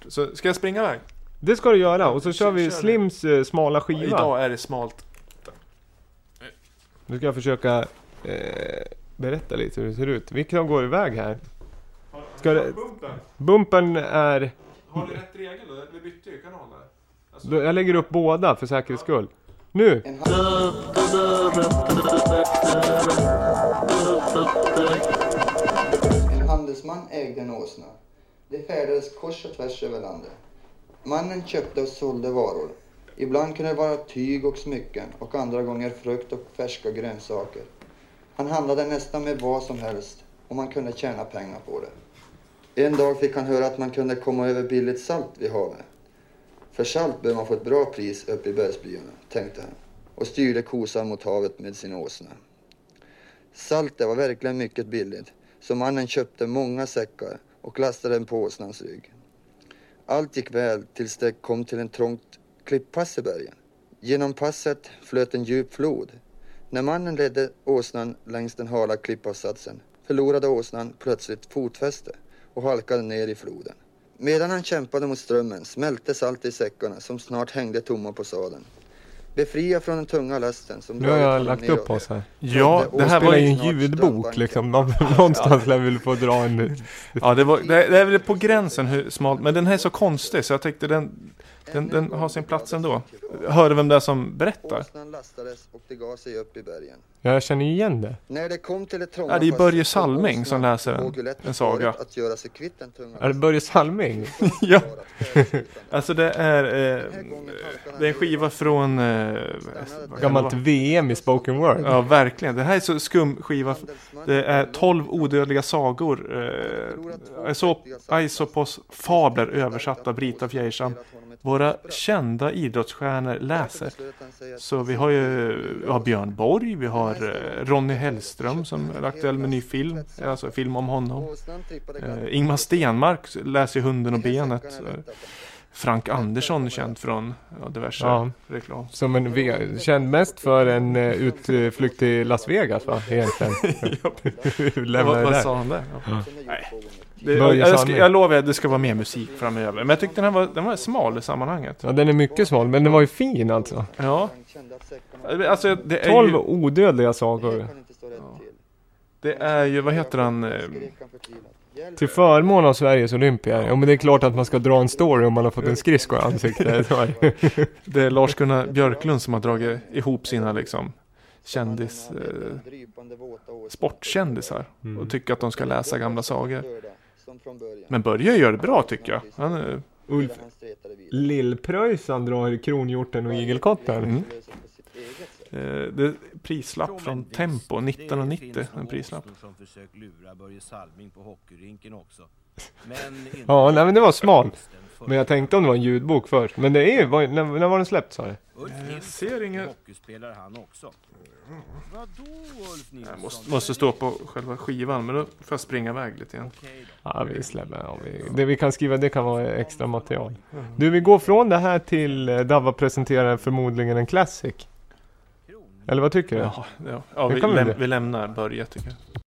Så ska jag springa iväg? Det ska du göra. Och så kör vi Kör Slims smala skiva. Idag är det smalt. Nu ska jag försöka berätta lite hur det ser ut. Vi kan gå iväg här. Ska det... Bumpen är... Har du rätt regel då? Vi bytte ju kanal där. Alltså... Jag lägger upp båda för säkerhets skull. Nu! En handelsman ägde en åsna. Det färdades kors och tvärs över landet. Mannen köpte och sålde varor. Ibland kunde det vara tyg och smycken och andra gånger frukt och färska grönsaker. Han handlade nästan med vad som helst och man kunde tjäna pengar på det. En dag fick han höra att man kunde komma över billigt salt vid havet. För salt bör man få ett bra pris uppe i bergsbyarna, tänkte han, och styrde kosan mot havet med sin åsna. Saltet var verkligen mycket billigt, så mannen köpte många säckar och lastade den på åsnans rygg. Allt gick väl tills det kom till en trångt klipppass i bergen. Genom passet flöt en djup flod. När mannen ledde åsnan längs den hala klippavsatsen förlorade åsnan plötsligt fotfäste och halkade ner i floden. Medan han kämpade mot strömmen smälte salt i säckarna som snart hängde tomma på sadeln. Befria från den tunga lasten som... Nu har jag lagt upp oss här. Ja, det här var ju en ljudbok liksom. Någonstans lär vi väl få dra en... Ja, det är väl på gränsen hur smalt. Men den här är så konstig så jag tänkte den har sin plats ändå. Hör du vem det är som berättar? Åsnan lastades och det gav sig upp i bergen. Ja, jag känner igen det. När det kom till ett trånga... Ja, det är Börje Salming som läser en saga. Att göra sig kvitt den tunga... Är det Börje Salming? Ja. Alltså det är en skiva från... gammalt VM i spoken word. Ja, verkligen. Det här är så skum skiva. Det är 12 odödliga sagor. Aesopos fabler översatta av Brita Fjärsam. Våra kända idrottsstjärnor läser. Så vi har ju Björn Borg, vi har Ronny Hellström som är aktuell med ny film. Alltså film om honom. Ingmar Stenmark läser Hunden och benet. Frank Andersson känd från diverse reklam. Som känd mest för en utflykt till Las Vegas va? Egentligen. Vad sa han där? Ja. Nej. Jag lovar att det ska vara mer musik framöver. Men jag tyckte den var smal i sammanhanget. Ja, den är mycket smal, men den var ju fin alltså. Ja. Alltså, det är 12 odödliga sagor. Ja. Det är ju, vad heter han? Till förmån av Sveriges Olympia. Ja, men det är klart att man ska dra en story om man har fått en skridsko i ansiktet. Det är Lars-Gunnar Björklund som har dragit ihop sina liksom sportkändisar och tycker att de ska läsa gamla sagor. Men Börje gör det bra tycker jag. Han är... Ulf Lillpröjsan drar kronhjorten och igelkotten. Det är prislapp från Tempo 1990, en prislapp. Ja, nej, men det var smalt. Men jag tänkte om det var en ljudbok först. Men det är när var den släppt sa det? Jag ser inget. Jag måste stå på själva skivan, men då får jag springa iväg lite igen. Ja, vi släpper. Ja, det vi kan skriva, det kan vara extra material. Du, vi går från det här till Dava presenterar förmodligen en classic. Eller vad tycker du? Ja, vi lämnar Börje tycker jag.